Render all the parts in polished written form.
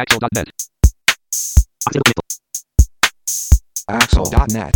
Axel.net. Axel.net.net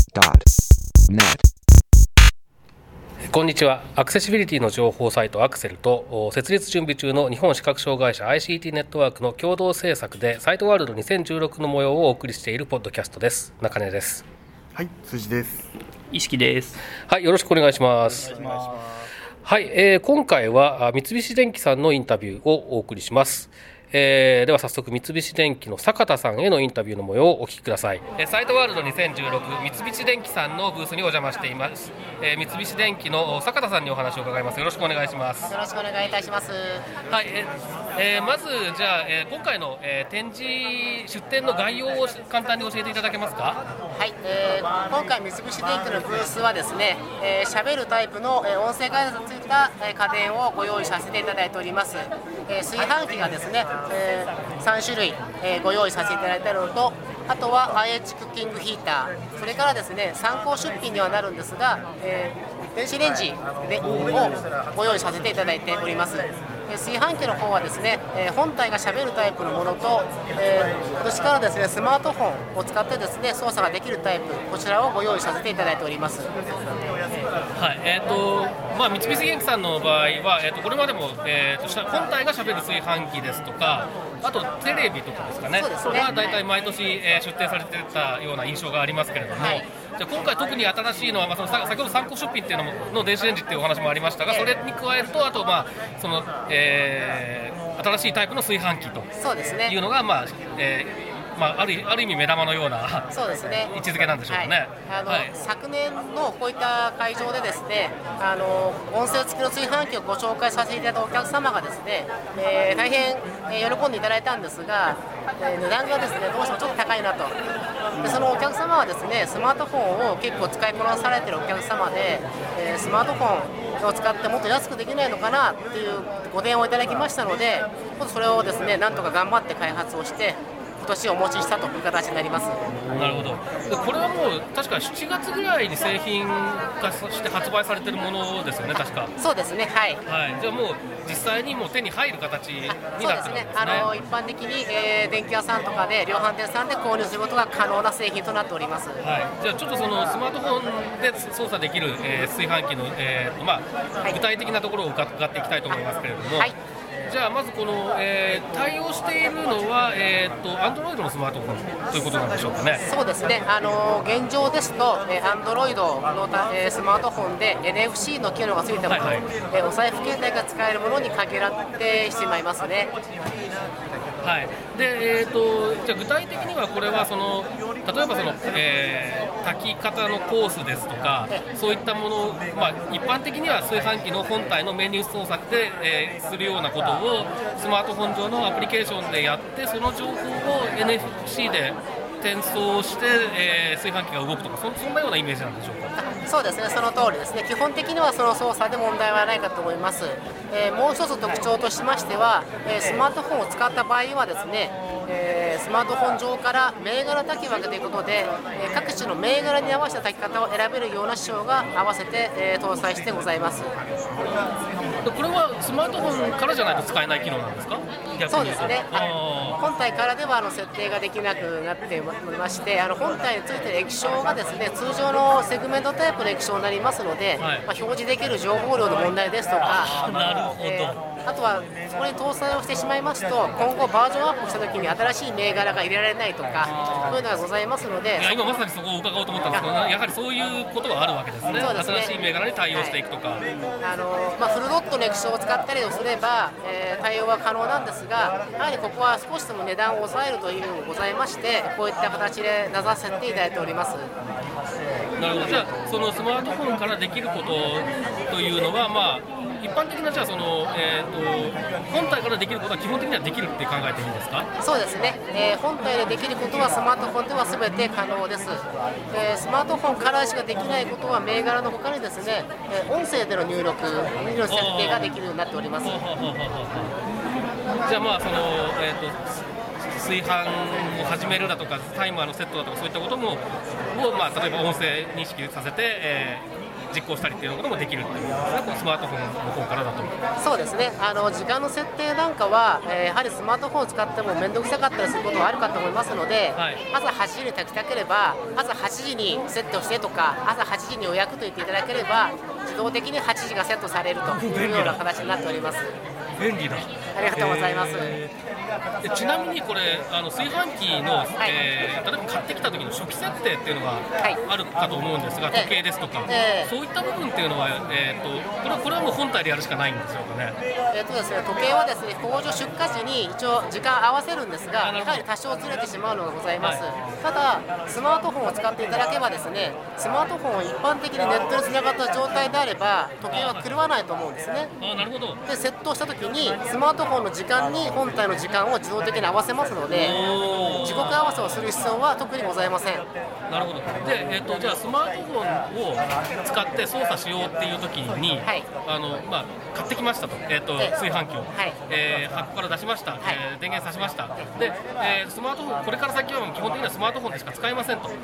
こんにちは。アクセシビリティの情報サイトアクセルと設立準備中の日本視覚障害者 ICT ネットワークの共同制作でサイトワールド2016の模様をお送りしているポッドキャストです。中根です。 はい、辻です。 意識です。 はい、よろしくお願いします。はい、今回は三菱電機さんのインタビューをお送りします。では早速三菱電機の坂田さんへのインタビューの模様をお聞きください。サイトワールド2016三菱電機さんのブースにお邪魔しています。三菱電機の坂田さんにお話を伺います。よろしくお願いします。 よろしくお願いいたします。 はい、まずじゃあ、今回の、展示出展の概要を簡単に教えていただけますか。 はい、今回三菱電機のブースはですね、喋るタイプの、音声ガイドがついた、家電をご用意させていただいております。炊飯器がですね、3種類、ご用意させていただいているのと、あとは IH クッキングヒーター、それからですね参考出品にはなるんですが、電子レンジをご用意させていただいております。炊飯器の方はですね、本体がしゃべるタイプのものと、今年からですねスマートフォンを使ってですね操作ができるタイプ、こちらをご用意させていただいております。 はい、三菱電機さんの場合は、これまでも、本体がしゃべる炊飯器ですとか、あとテレビとかですかね、これは大体毎年、出展されてたような印象がありますけれども、はい、じゃあ今回特に新しいのは、先ほど参考出品っていうのの電子レンジっていうお話もありましたが、それに加えると、あと、その新しいタイプの炊飯器というのが、ある意味目玉のようなそうですね位置づけなんでしょうかね。 昨年のこういった会場でですね音声付きの炊飯器をご紹介させていただいたお客様がですね、大変喜んでいただいたんですが、値段がですねどうしてもちょっと高いなと。でそのお客様はですねスマートフォンを結構使いこなされているお客様で、スマートフォンを使ってもっと安くできないのかなっていうご提案をいただきましたので、それをですねなんとか頑張って開発をして今年お持ちしたという形になります。 なるほど。でこれはもう確か7月ぐらいに製品化して発売されているものですよね、確か。 そうですね、はい、 じゃあもう実際にもう手に入る形になってるんですね。 そうですね、一般的に、電気屋さんとかで量販店さんで購入することが可能な製品となっております。 じゃあちょっとそのスマートフォンで操作できる、炊飯器の、具体的なところを伺っていきたいと思いますけれども、じゃあまずこの、対応しているのは、Android のスマートフォンということなんでしょうかね。 そうですね、現状ですと、Android の、スマートフォンで NFC の機能がついたもの、お財布携帯が使えるものに限られてしまいますね。 でじゃあ具体的にはこれは例えば炊き方のコースですとか、そういったもの、一般的には炊飯器の本体のメニュー操作で、するようなことをスマートフォン上のアプリケーションでやって、その情報を NFC で転送して、炊飯器が動くとか、そんなようなイメージなんでしょうか。 そうですね、その通りですね。基本的にはその操作で問題はないかと思います。もう一つ特徴としましては、スマートフォンを使った場合はですね、スマートフォン上から銘柄炊き分けということで、各種の銘柄に合わせた炊き方を選べるような仕様が合わせて、搭載してございます。 これはスマートフォンからじゃないと使えない機能なんですか。 そうですね、本体からでは設定ができなくなっておりまして、本体についている液晶がですね通常のセグメントタイプの液晶になりますので、表示できる情報量の問題ですとか、 なるほど。 あとはそこに搭載をしてしまいますと、今後バージョンアップしたときに新しい銘柄が入れられないとか、そういうのがございますので、 今まさにそこを伺おうと思ったんですけど、やはりそういうことがあるわけですね。新しい銘柄に対応していくとか、 フルドットの液晶を使ったりをすれば、対応は可能なんですが、やはりここは少しでも値段を抑えるというのがございまして、こういった形で出させていただいております。 なるほど。じゃあそのスマートフォンからできることというのは、一般的なじゃあ本体からできることは基本的にはできるって考えていいんですか。 そうですね、本体でできることはスマートフォンでは全て可能です。スマートフォンからしかできないことは銘柄の他にですね、音声での入力の設定ができるようになっております。 じゃあ炊飯を始めるだとかタイマーのセットだとかそういったことも例えば音声認識させて、 実行したりっていうこともできるっていうことですね、このスマートフォンの方からだと。 そうですね、時間の設定なんかは、やはりスマートフォンを使っても面倒くさかったりすることはあるかと思いますので、 はい、 朝8時に炊きたければ朝8時にセットしてとか朝8時に予約と言っていただければ自動的に8時がセットされるというような形になっております。 便利だ。 ありがとうございます。 ちなみにこれ炊飯器の、例えば買ってきた時の初期設定っていうのがあるかと思うんですが、時計ですとか、そういった部分っていうのは、これはもう本体でやるしかないんでしょうかね。 ですね、時計はですね、工場出荷時に一応時間合わせるんですが、やはり多少ずれてしまうのがございます。はい、ただスマートフォンを使っていただけばですね、スマートフォンを一般的にネットにつながった状態であれば時計は狂わないと思うんですね。 なるほど。 でセットした時にスマートフォンの時間に本体の時間を自動的に合わせますので、時刻合わせをする必要は特にございません。 なるほど。で、じゃあスマートフォンを使って操作しようっていう時に、はい、買ってきましたと、炊飯器を、はい、箱から出しました、はい、電源さしました。で、スマートフォンこれから先は基本的にはスマートフォンでしか使えませんという、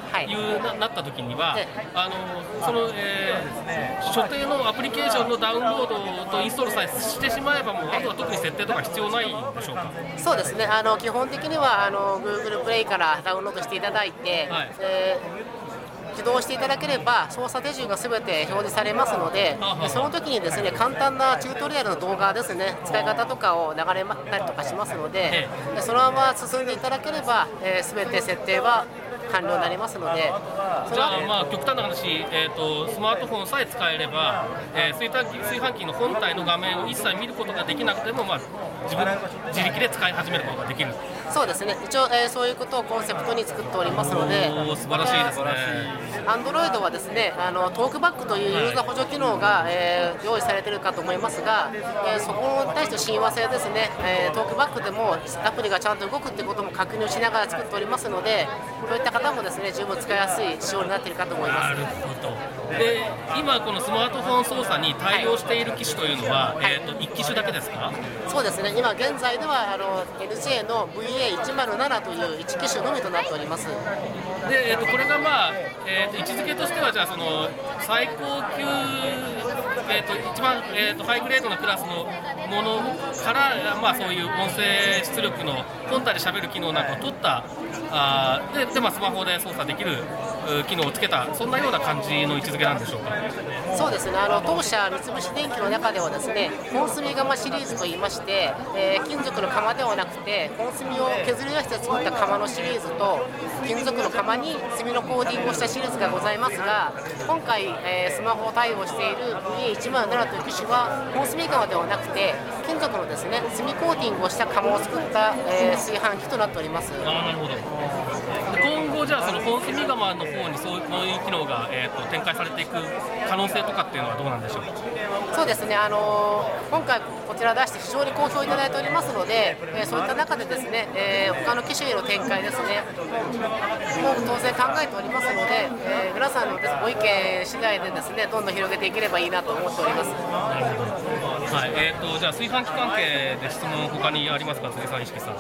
なった時には、その、所定のアプリケーションのダウンロードとインストールさえしてしまえばもうあとは特に設定とか必要ないんでしょうか。 そうですね、基本的にはGoogle プレイからダウンロードしていただいて、はい、起動していただければ操作手順がすべて表示されますので、その時にですね簡単なチュートリアルの動画ですね、使い方とかを流れたりとかしますので、そのまま進んでいただければすべて設定は完了になりますので。 じゃあ極端な話、スマートフォンさえ使えれば、炊飯器の本体の画面を一切見ることができなくても、自力で使い始めることができる。 そうですね、一応、そういうことをコンセプトに作っておりますので。 素晴らしいですね。 Android はですねトークバックというユーザー補助機能が、用意されているかと思いますが、そこに対して親和性ですね、トークバックでもアプリがちゃんと動くってことも確認しながら作っておりますので、そういった方もですね十分使いやすい仕様になっているかと思います。 なるほど。で、今このスマートフォン操作に対応している機種というのは、1機種だけですか？ そうですね、今現在ではLJ の VA107 という1機種のみとなっております。 で、これが位置づけとしてはじゃあその最高級、一番、ハイグレードのクラスのものから、そういう音声出力の本体で喋る機能なんかを取ったでスマホで操作できる機能をつけた、そんなような感じの位置づけなんでしょうか。 そうですね、当社三菱電機の中ではですね本炭窯シリーズといいまして、金属の窯ではなくて本炭を削り出して作った窯のシリーズと金属の窯に炭のコーティングをしたシリーズがございますが、今回、スマホを対応している VA107 という機種は本炭窯ではなくて金属のですね炭コーティングをした窯を作った、炊飯器となっております。 なるほど。今後じゃあその本炭窯の方にそういう機能が、展開されていく可能性とかっていうのはどうなんでしょうか。 そうですね、今回こちら出して非常に好評いただいておりますので、そういった中でですね、他の機種への展開ですねも当然考えておりますので、皆さんのご意見次第でですねどんどん広げていければいいなと思っております。 なるほど。はい、じゃあ炊飯器関係で質問他にありますか、辻さん、石木さん。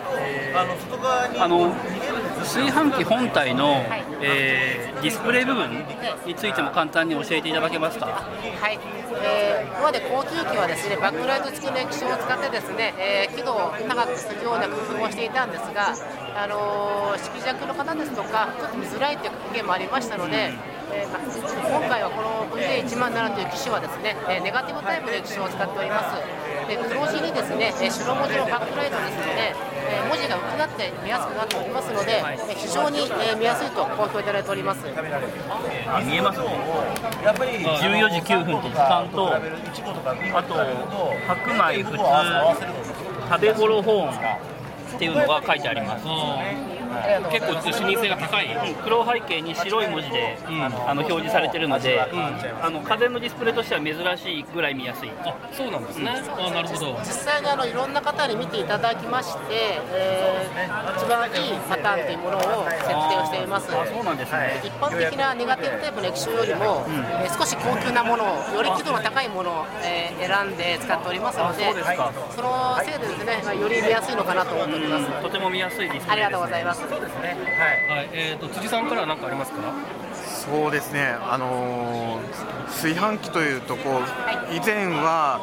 炊飯器本体の、ディスプレイ部分についても簡単に教えていただけますか。 はい、今まで高級機はですねバックライト付きの液晶を使ってですね、輝度を高くするような工夫をしていたんですが、色弱の方ですとかちょっと見づらいという意見もありましたので、今回はこの VA107 という機種はですね、ネガティブタイプの液晶を使っております。で黒地にですね白文字のバックライトですので、文字が浮きなって見やすくなっておりますので、非常に見やすいと好評いただいております。 見えますね。14時9分と時間と、あと白米普通食べ頃保温っていうのが書いてあります。 結構視認性が高い、 黒背景に白い文字で、表示されているので、家電のディスプレイとしては珍しいぐらい見やすい。 そうなんですね。なるほど。 実際にいろんな方に見ていただきまして、一番いいパターンというものを設定をしています。 そうなんですね。 一般的なネガティブタイプの液晶よりも、少し高級なものを、より輝度の高いものを、選んで使っておりますので、そのせいでですね、より見やすいのかなと思っております。 とても見やすいですね。 ありがとうございます。そうですね。 はい、辻さんからは何かありますか？ そうですね、炊飯器というと以前は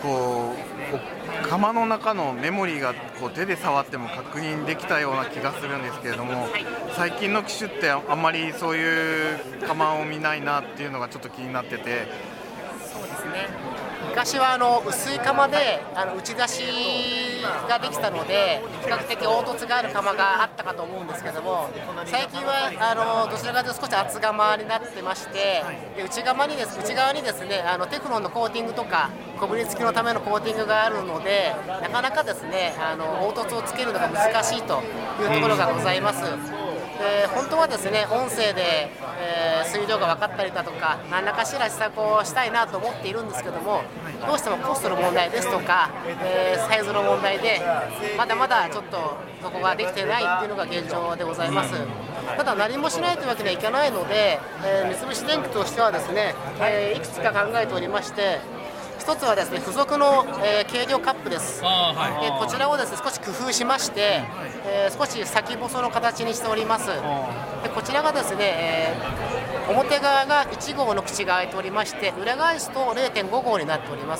釜の中のメモリーが手で触っても確認できたような気がするんですけれども、最近の機種ってあんまりそういう釜を見ないなっていうのがちょっと気になってて。 そうですね、昔は薄い釜で打ち出しができたので、比較的凹凸がある釜があったかと思うんですけども、最近はどちらかというと少し厚釜になってまして、で内側にですねテフロンのコーティングとかこびりつきのためのコーティングがあるので、なかなかですね凹凸をつけるのが難しいというところがございます。で本当はですね音声で、水量が分かったりだとか何らかしら施策をしたいなと思っているんですけども、どうしてもコストの問題ですとか、サイズの問題でまだまだちょっとそこができていないっていうのが現状でございます。ただ何もしないというわけにはいかないので、三菱電機としてはですね、いくつか考えておりまして、一つはですね付属の、計量カップです。でこちらをですね少し工夫しまして、少し先細の形にしております。でこちらがですね、表側が1号の口が開いておりまして、裏返すと 0.5 号になっております。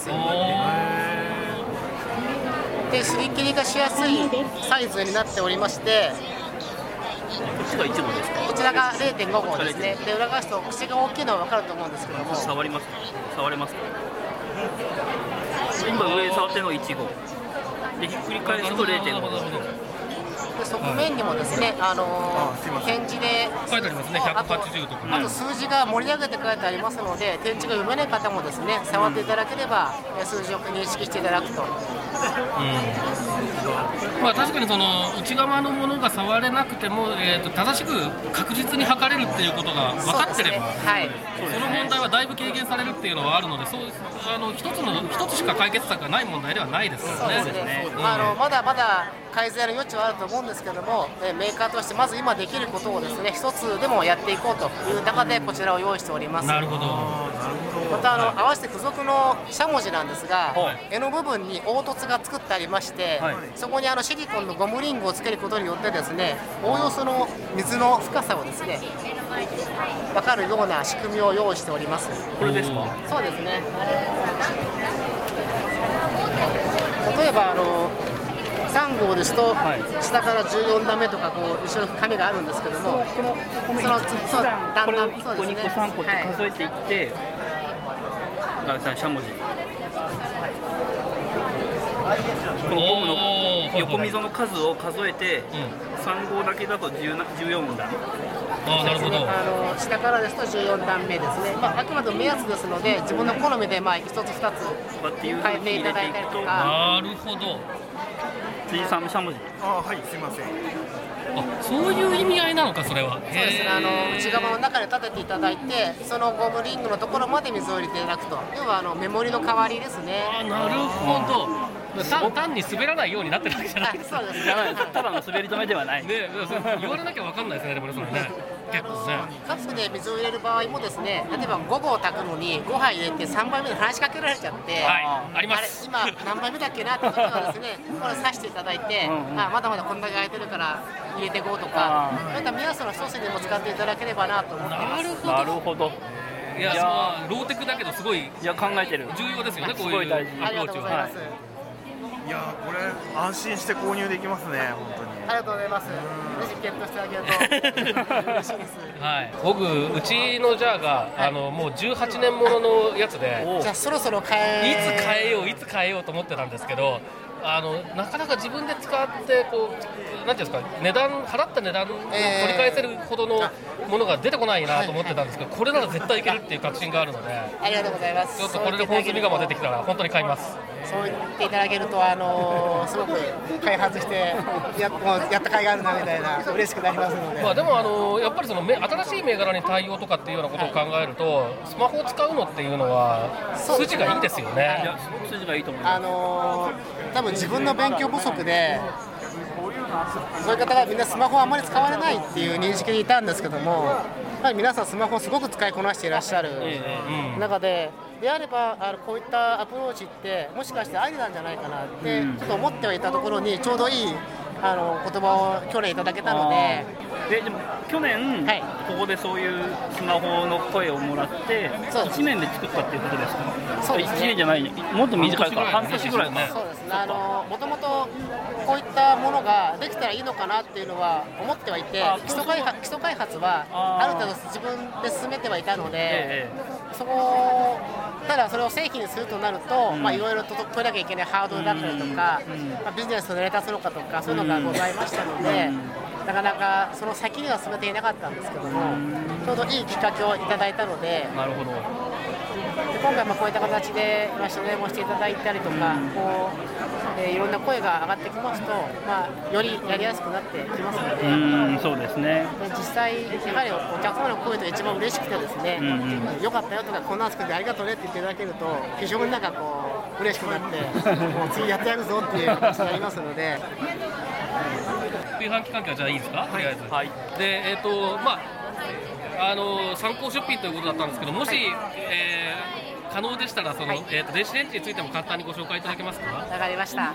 ですり切りがしやすいサイズになっておりまして、 こっちが1号ですか？ こちらが 0.5 号ですね。で裏返すと口が大きいのは分かると思うんですけども、 触れますか？今上触ってるのが1号で、ひっくり返すと 0.5 号で側面にもですね、点字で書いてありますね、180とかね。 あと数字が盛り上げて書いてありますので、点字が読めない方もですね触っていただければ、数字を認識していただくと。 まあ、確かにその内側のものが触れなくても、正しく確実に測れるっていうことが分かってれば、その問題はだいぶ軽減されるっていうのはあるので、一つしか解決策がない問題ではないですからね。 そうですね、まだまだ改善の余地はあると思うんですけども、メーカーとしてまず今できることをですね一つでもやっていこうという中でこちらを用意しております。 なるほど。 また合わせて付属のしゃもじなんですが、柄の部分に凹凸が作ってありまして、そこにシリコンのゴムリングをつけることによってですね、おおよその水の深さをですね分かるような仕組みを用意しております。 これですか？ そうですね。例えば3号ですと、下から14段目とか後ろに紙があるんですけども、 これを1個2個3個って数えていって、しゃもじこのゴムの横溝の数を数えて、3号だけだと14段。 なるほど。 下からですと14段目ですね。あくまでも目安ですので、自分の好みで1つ2つ変えていただいたりとか。 なるほど。 辻さんのしゃもじ。 はい、すいません。 そういう意味合いなのか、それは。 そうですね、内側の中で立てていただいて、そのゴムリングのところまで水を入れていただくと、要はメモリの代わりですね。 なるほど。単に滑らないようになってるわけじゃないですか。 そうですね。ただの滑り止めではない。 ね、言われなきゃ分かんないですね、でもそれね。結構ね。 カップで水を入れる場合もですね、例えば5合炊くのに5杯入れて3杯目で話しかけられちゃって、 あります。 今何杯目だっけなって時はですね、これ刺していただいて、まだまだこんだけ空いてるから入れていこうとか、そういった目安の一つにも使っていただければなと思ってます。 なるほど。 いや、ローテクだけどすごい考えてる。 重要ですよね、こういうありがとうございます。 いやこれ安心して購入できますね、本当に。 ありがとうございます。ぜひゲットしてあげると嬉しいです。 僕、うちのジャーがもう18年もののやつで、 じゃあそろそろいつ変えようと思ってたんですけど、なかなか自分で使ってなんていうんですか、払った値段を取り返せるほどのものが出てこないなと思ってたんですけど、これなら絶対いけるっていう確信があるので、 ありがとうございます。 ちょっとこれで本積みが出てきたら本当に買います。 そう言っていただけるとすごく開発してやった甲斐があるなみたいな嬉しくなりますので。 でもやっぱり新しい銘柄に対応とかっていうようなことを考えると、スマホを使うのっていうのは筋がいいですよね。 筋がいいと思います。 多分自分の勉強不足でそういう方がみんなスマホをあまり使われないっていう認識でいたんですけども、やはり皆さんスマホをすごく使いこなしていらっしゃる中で、であればこういったアプローチってもしかしてありなんじゃないかなってちょっと思ってはいたところに、ちょうどいい言葉を去年いただけたので。 でも去年、ここでそういうスマホの声をもらって1年で作ったっていうことですか？ そうですね。 1年じゃない、もっと短いか、半年ぐらいね。 そうですね。もともとこういったものができたらいいのかなっていうのは思ってはいて、基礎開発はある程度自分で進めてはいたので、ただそれを製品にするとなると、いろいろと取らなきゃいけないハードルだったりとか、ビジネスの成り立つのかとかそういうのがございましたので、なかなかその先には進めていなかったんですけども、ちょうどいいきっかけをいただいたので。 なるほど。 で今回こういった形で取材もしていただいたりとか、いろんな声が上がってきますと、よりやりやすくなってきますので、 そうですね。 実際やはりお客様の声が一番嬉しくてですね、よかったよとかこんなの作ってありがとうねって言っていただけると非常に嬉しくなってもう次やってやるぞっていう形になりますので。 炊飯器関係はじゃあいいですか、とりあえず。 はい。 で、参考出品ということだったんですけど、もし、可能でしたら電子レンジについても簡単にご紹介いただけますか？ わかりました。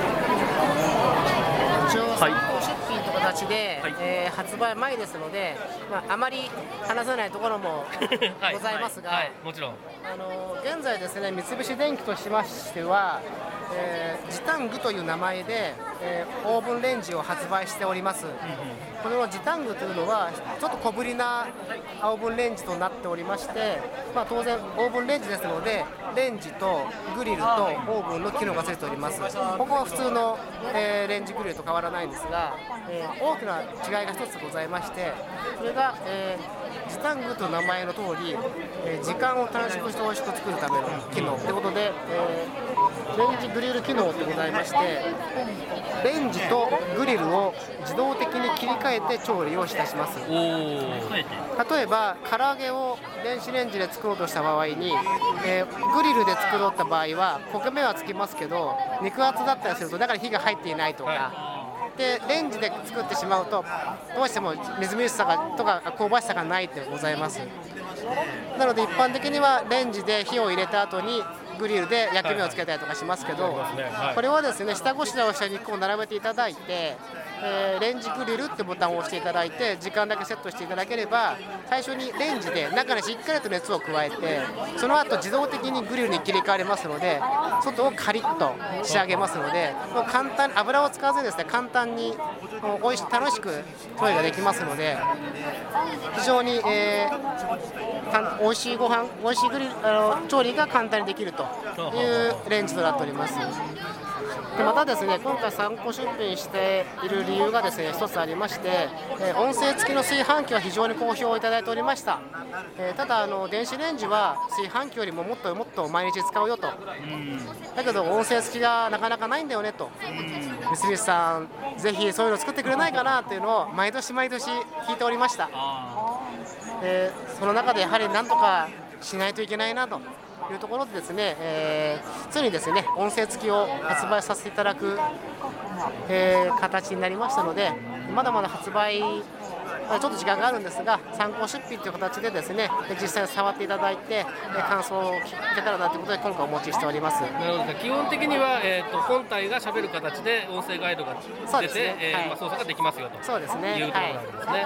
一応参考出品という形で、発売前ですので、あまり話さないところもございますが、 もちろん現在ですね、三菱電機としましては、ジタングという名前で、オーブンレンジを発売しております。このジタングというのはちょっと小ぶりなオーブンレンジとなっておりまして、当然オーブンレンジですのでレンジとグリルとオーブンの機能がついております。ここは普通の、レンジグリルと変わらないんですが、大きな違いが一つございまして、それが、ジタングという名前の通り、時間を短縮して美味しく作るための機能ということで、レンジグリル機能でございまして、レンジとグリルを自動的に切り替えて調理をいたします。例えば唐揚げを電子レンジで作ろうとした場合に、グリルで作ろうとした場合は焦げ目はつきますけど肉厚だったりすると中に火が入っていないとか、でレンジで作ってしまうとどうしてもみずみずしさとか香ばしさがないってございます。なので一般的にはレンジで火を入れた後にグリルで焼き目をつけたりとかしますけど、これはですね、下ごしらえをした肉を並べていただいて、レンジグリルってボタンを押していただいて時間だけセットしていただければ、最初にレンジで中にしっかりと熱を加えて、その後自動的にグリルに切り替わりますので、外をカリッと仕上げますので、もう簡単に油を使わずにですね、簡単に楽しく調理ができますので、非常に、美味しいご飯、美味しい調理が簡単にできるというレンジとなっております。でまたですね、今回参考出品している理由がですね、一つありまして、音声付きの炊飯器は非常に好評をいただいておりました。ただ電子レンジは炊飯器よりももっともっと毎日使うよと、だけど音声付きがなかなかないんだよねと、三菱さんぜひそういうの作ってくれないかなというのを毎年毎年聞いておりました。その中でやはり何とかしないといけないなというところでですね、ついにですね音声付きを発売させていただく、形になりましたので、まだまだ発売ちょっと時間があるんですが、参考出品という形でですね実際に触っていただいて感想を聞けたらなということで今回お持ちしております。 なるほど。基本的には、本体が喋る形で音声ガイドが出て、操作ができますよとそうですね、 いうところなんですね。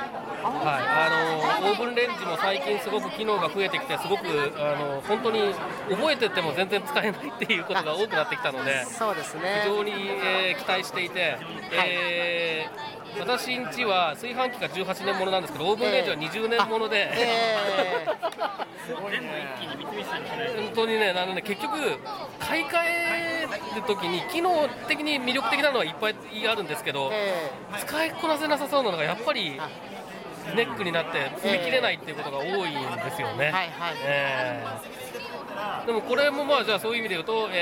オーブンレンジも最近すごく機能が増えてきて、すごく本当に覚えてても全然使えないっていうことが多くなってきたので、 そうですね、 非常に、期待していて、私んちは炊飯器が18年ものなんですけど、オーブンレンジは20年もので、 すごいね、一気にびっくりしたんですね。 本当にね、結局買い替えるときに機能的に魅力的なのはいっぱいあるんですけど、使いこなせなさそうなのがやっぱりネックになって踏み切れないっていうことが多いんですよね。でもこれもじゃあそういう意味で言うと、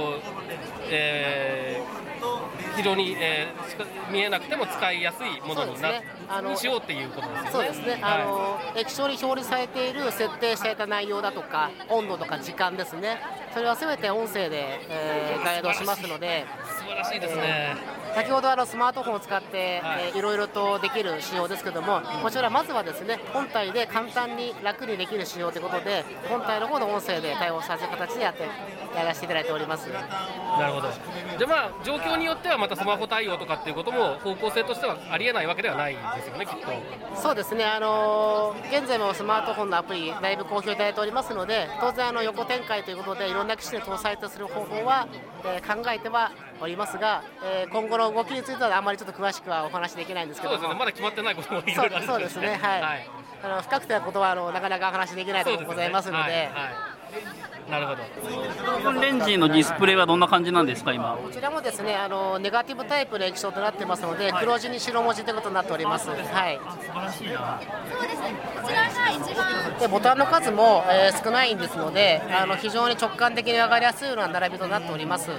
非常に、見えなくても使いやすいものにしようっていうことですよね。 そうですね、液晶に表示されている設定された内容だとか温度とか時間ですね、それはすべて音声で、ガイドしますので、 素晴らしいですね。 先ほどスマートフォンを使って、いろいろとできる仕様ですけども、こちらまずはですね本体で簡単に楽にできる仕様ということで、本体の方の音声で対応させる形でやらせていただいております。 なるほど。じゃあ状況によってはまたスマホ対応とかっていうことも方向性としてはありえないわけではないですよね、きっと。 そうですね、現在もスマートフォンのアプリだいぶ好評いただいておりますので、当然横展開ということでいろんな機種で搭載とする方法は、考えてはおりますが、今後の動きについてはあまりちょっと詳しくはお話しできないんですけども。 そうですね、まだ決まってないこともいろいろあるんですね。 そうですね、はい、不確定なことはなかなかお話しできないところございますので。 なるほど。 オーブンレンジのディスプレイはどんな感じなんですか、今。 こちらもですね、ネガティブタイプの液晶となってますので、黒地に白文字ということになっております。はい。 素晴らしいな。 そうですね。こちらが一番。 でボタンの数も、少ないんですので、非常に直感的に上がりやすいような並びとなっております。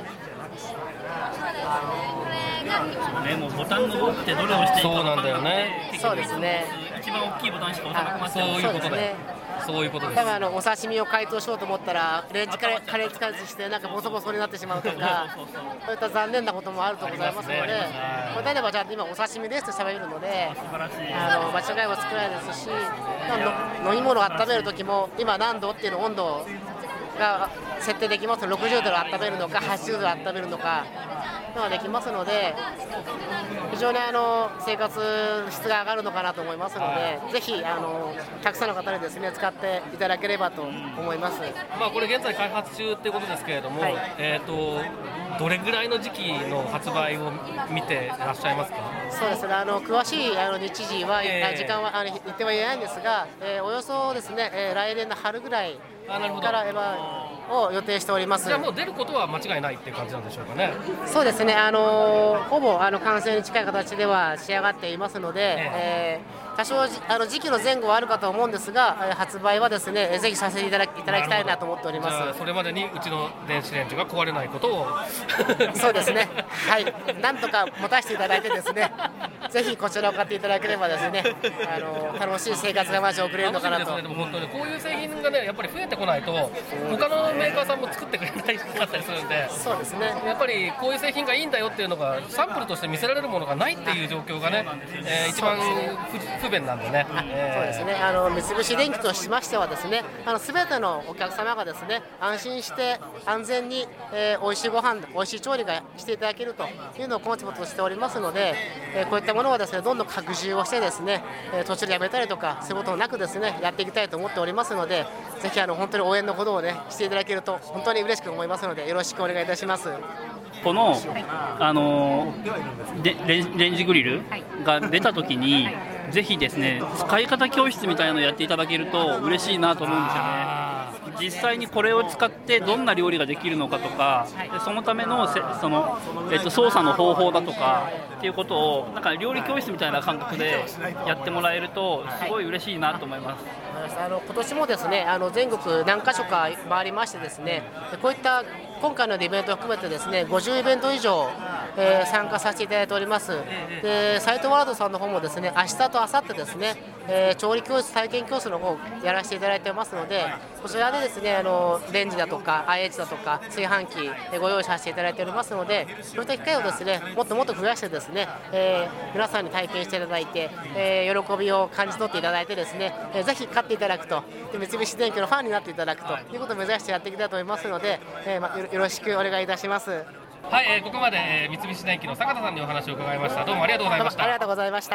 もうボタンの動きってどれをしていいかそうなんだよね。 そうですね。 一番大きいボタンしか押さなくなっちゃう。 そういうことだよ。そういうことです。 多分お刺身を解凍しようと思ったらレンジ加熱加熱してなんかボソボソになってしまうとかそういった残念なこともあるとございますので、これであればじゃあ今お刺身ですと喋るので間違いも少ないですし、飲み物を温める時も今何度っていうの温度が設定できますので、60度で温めるのか80度で温めるのかができますので、非常に生活質が上がるのかなと思いますので、ぜひたくさんの方にですね使っていただければと思います。 これ現在開発中ということですけれども、どれぐらいの時期の発売を見ていらっしゃいますか。 そうですね、詳しい日時は、時間は言っては言えないんですが、およそですね、来年の春ぐらいからを予定しております。 じゃあもう出ることは間違いないっていう感じなんでしょうかね。 そうですね、ほぼ完成に近い形では仕上がっていますので、多少時期の前後はあるかと思うんですが、発売はですねぜひさせていただきたいなと思っております。 それまでにうちの電子レンジが壊れないことをそうですね、はい、なんとか持たせていただいてですねぜひこちらを買っていただければですね楽しい生活がまず送れるのかなと。 でも本当にこういう製品がねやっぱり増えてこないと他のメーカーさんも作ってくれないかったりするんで、 そうですね、 やっぱりこういう製品がいいんだよっていうのがサンプルとして見せられるものがないっていう状況がね、一番不便なんでね。 そうですね、三菱電機としましてはですね全てのお客様がですね安心して安全に、美味しいご飯美味しい調理がしていただけるというのをコンセプトとしておりますので、こういったものはですねどんどん拡充をしてですね、途中でやめたりとかそういうことなくですねやっていきたいと思っておりますので、ぜひ本当に応援のほどをねしていただけると本当に嬉しく思いますのでよろしくお願いいたします。 この、レンジグリルが出たときにぜひですね使い方教室みたいなのをやっていただけると嬉しいなと思うんですよね。実際にこれを使ってどんな料理ができるのかとか、でそのための操作の方法だとかっていうことをなんか料理教室みたいな感覚でやってもらえるとすごい嬉しいなと思います。 今年もですね全国何か所か回りましてですね、こういった今回のイベントを含めてですね50イベント以上、参加させていただいております。でサイトワールドさんの方もですね明日と明後日ですね、調理教室体験教室の方をやらせていただいてますので、こちらでですねレンジだとか IH だとか炊飯器ご用意させていただいておりますので、そういった機会をですねもっともっと増やしてですね、皆さんに体験していただいて、喜びを感じ取っていただいてですね、ぜひ買っていただくと、で三菱電機のファンになっていただくということを目指してやっていきたいと思いますので、よろしくお願いいたします。 はい、ここまで、三菱電機の坂田さんにお話を伺いました。どうもありがとうございました。 ありがとうございました。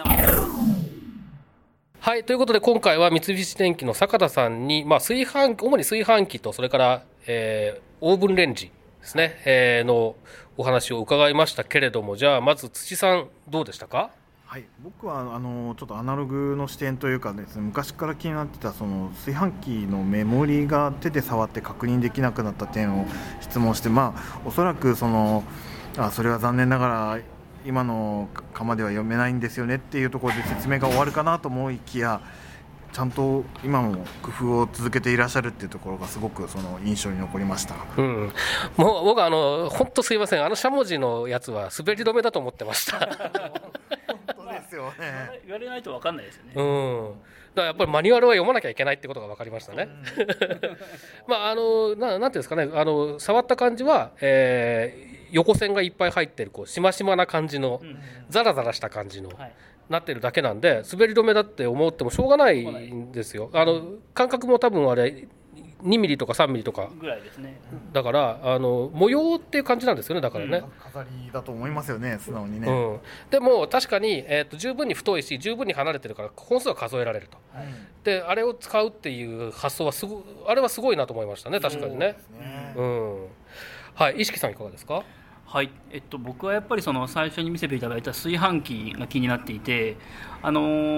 はい、ということで今回は三菱電機の坂田さんに、主に炊飯器とそれから、オーブンレンジですね、のお話を伺いましたけれども、じゃあまず土さんどうでしたか？ はい、僕はちょっとアナログの視点というかですね、昔から気になってたその炊飯器のメモリが手で触って確認できなくなった点を質問して、おそらくそれは残念ながら今の釜では読めないんですよねっていうところで説明が終わるかなと思いきや、ちゃんと今も工夫を続けていらっしゃるっていうところがすごく印象に残りました。 もう僕は本当すいません、しゃもじのやつは滑り止めだと思ってました本当ですよね。 言われないと分かんないですよね。 だからやっぱりマニュアルは読まなきゃいけないってことが分かりましたね。なんていうんですかね、触った感じは、 横線がいっぱい入ってるこうしましまな感じの、ザラザラした感じの、なってるだけなんで滑り止めだって思ってもしょうがないんですよ。間隔も多分あれ2ミリとか3ミリとかぐらいですね。 だから模様っていう感じなんですよね。だからね、 飾りだと思いますよね、素直にね。 でも確かに、十分に太いし十分に離れてるから本数は数えられると、であれを使うっていう発想はあれはすごいなと思いましたね、確かにね。はい、石木さんいかがですか？ はい、僕はやっぱりその最初に見せていただいた炊飯器が気になっていて、こ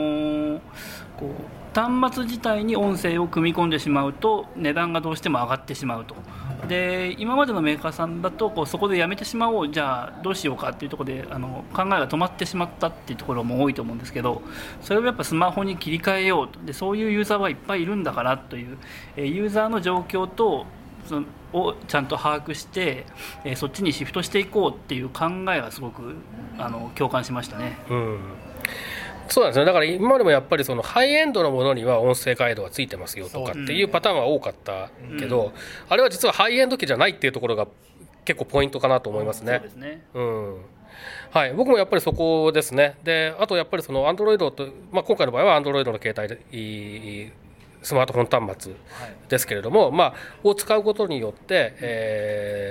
う端末自体に音声を組み込んでしまうと値段がどうしても上がってしまうと。で今までのメーカーさんだとそこでやめてしまおう、じゃあどうしようかっていうところで考えが止まってしまったっていうところも多いと思うんですけど、それをやっぱスマホに切り替えようと。でそういうユーザーはいっぱいいるんだからという、ユーザーの状況とをちゃんと把握して、そっちにシフトしていこうっていう考えがすごく共感しましたね。 そうなんですね。だから今までもやっぱりそのハイエンドのものには音声ガイドがついてますよとかっていうパターンは多かったけど、あれは実はハイエンド機じゃないっていうところが結構ポイントかなと思いますね。 そうですね。 はい、僕もやっぱりそこですね。であとやっぱりその Android と、今回の場合は Android の携帯でスマートフォン端末ですけれども、を使うことによって、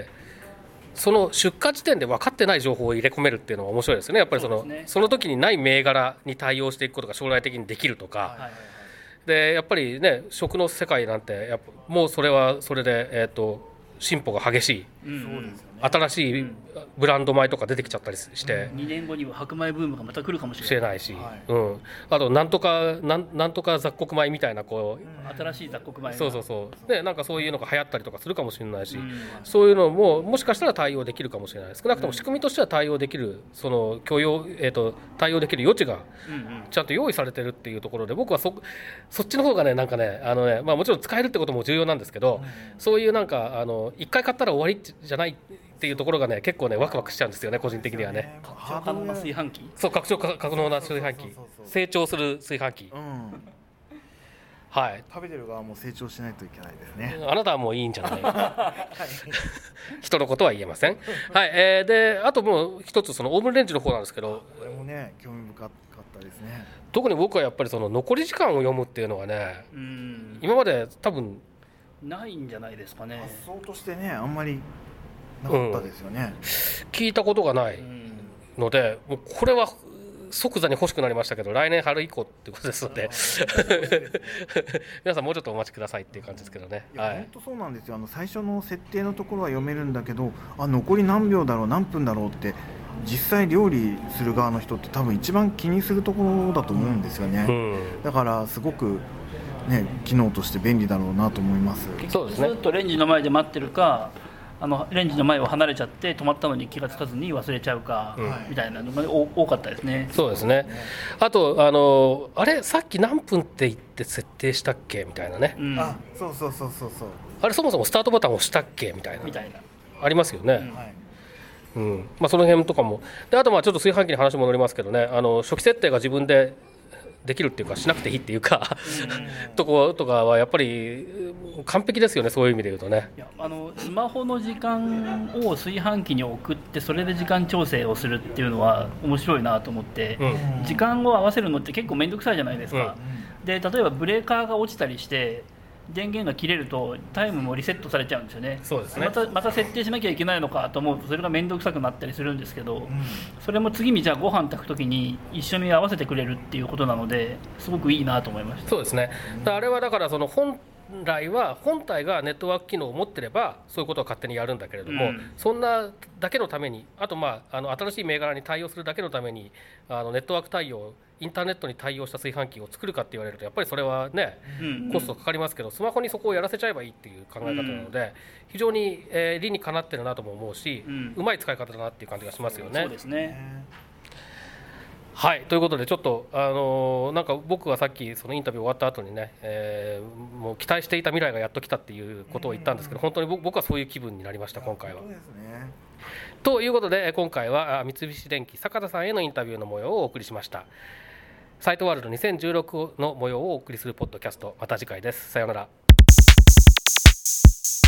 その出荷時点で分かってない情報を入れ込めるっていうのは面白いですよね。やっぱりその時にない銘柄に対応していくことが将来的にできるとか、でやっぱりね食の世界なんてもうそれはそれで、進歩が激しい、新しいブランド米とか出てきちゃったりして 2年後には白米ブームがまた来るかもしれないし、あとなんとか雑穀米みたいな新しい雑穀米でなんかそういうのが流行ったりとかするかもしれないし、そういうのももしかしたら対応できるかもしれない。少なくとも仕組みとしては対応できる対応できる余地がちゃんと用意されてるっていうところで、僕はそっちの方がねなんかねもちろん使えるってことも重要なんですけど、そういうなんか一回買ったら終わりじゃないっていうところがね結構ねワクワクしちゃうんですよね、個人的にはね。 拡張可能な炊飯器。 そう拡張可能な炊飯器、成長する炊飯器。はい。 食べてる側も成長しないといけないですね。 あなたはもういいんじゃない人のことは言えません。はい。であともう一つそのオーブンレンジの方なんですけど、 これもね興味深かったですね。 特に僕はやっぱりその残り時間を読むっていうのはね、今まで多分ないんじゃないですかね。 発想としてねあんまりなかったですよね。 聞いたことがないので、もうこれは即座に欲しくなりましたけど、来年春以降っていうことですので皆さんもうちょっとお待ちくださいっていう感じですけどね。 本当そうなんですよ。最初の設定のところは読めるんだけど、残り何秒だろう何分だろうって実際料理する側の人って多分一番気にするところだと思うんですよね。だからすごくね機能として便利だろうなと思います。 そうですね。ずっとレンジの前で待ってるか、レンジの前を離れちゃって止まったのに気がつかずに忘れちゃうか、みたいなのが多かったですね。 そうですね。あとあれさっき何分って言って設定したっけみたいなね。 そうあれそもそもスタートボタンを押したっけみたいなありますよね。その辺とかもで、あとちょっと炊飯器に話戻りますけどね、初期設定が自分でできるっていうかしなくていいっていうかとことかはやっぱり完璧ですよね、そういう意味で言うとね。 いやスマホの時間を炊飯器に送ってそれで時間調整をするっていうのは面白いなと思って、時間を合わせるのって結構面倒くさいじゃないですか。で例えばブレーカーが落ちたりして電源が切れるとタイムもリセットされちゃうんですよね。 そうですね。 また設定しなきゃいけないのかと思うとそれが面倒くさくなったりするんですけど、それも次にじゃあご飯炊く時に一緒に合わせてくれるっていうことなのですごくいいなと思いました。 そうですね。あれはだからその本体がネットワーク機能を持ってればそういうことを勝手にやるんだけれども、そんなだけのためにあと新しい銘柄に対応するだけのためにネットワーク対応インターネットに対応した炊飯器を作るかって言われるとやっぱりそれはね、コストかかりますけど、スマホにそこをやらせちゃえばいいっていう考え方なので、非常に理にかなってるなとも思うし、うまい使い方だなっていう感じがしますよね。 そうですね。 はい、ということでちょっとなんか僕はさっきそのインタビュー終わった後にね、もう期待していた未来がやっと来たっていうことを言ったんですけど、本当に僕はそういう気分になりました今回は。ということで今回は三菱電機坂田さんへのインタビューの模様をお送りしました。サイトワールド2016の模様をお送りするポッドキャスト、また次回です。さようなら。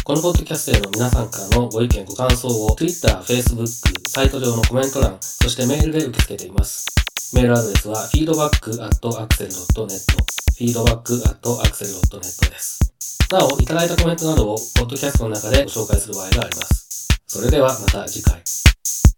このポッドキャストへの皆さんからのご意見ご感想を Twitter、Facebook、サイト上のコメント欄、そしてメールで受け付けています。メールアドレスは feedback@axel.net feedback@axel.net です。なお、いただいたコメントなどをポッドキャストの中でご紹介する場合があります。それではまた次回。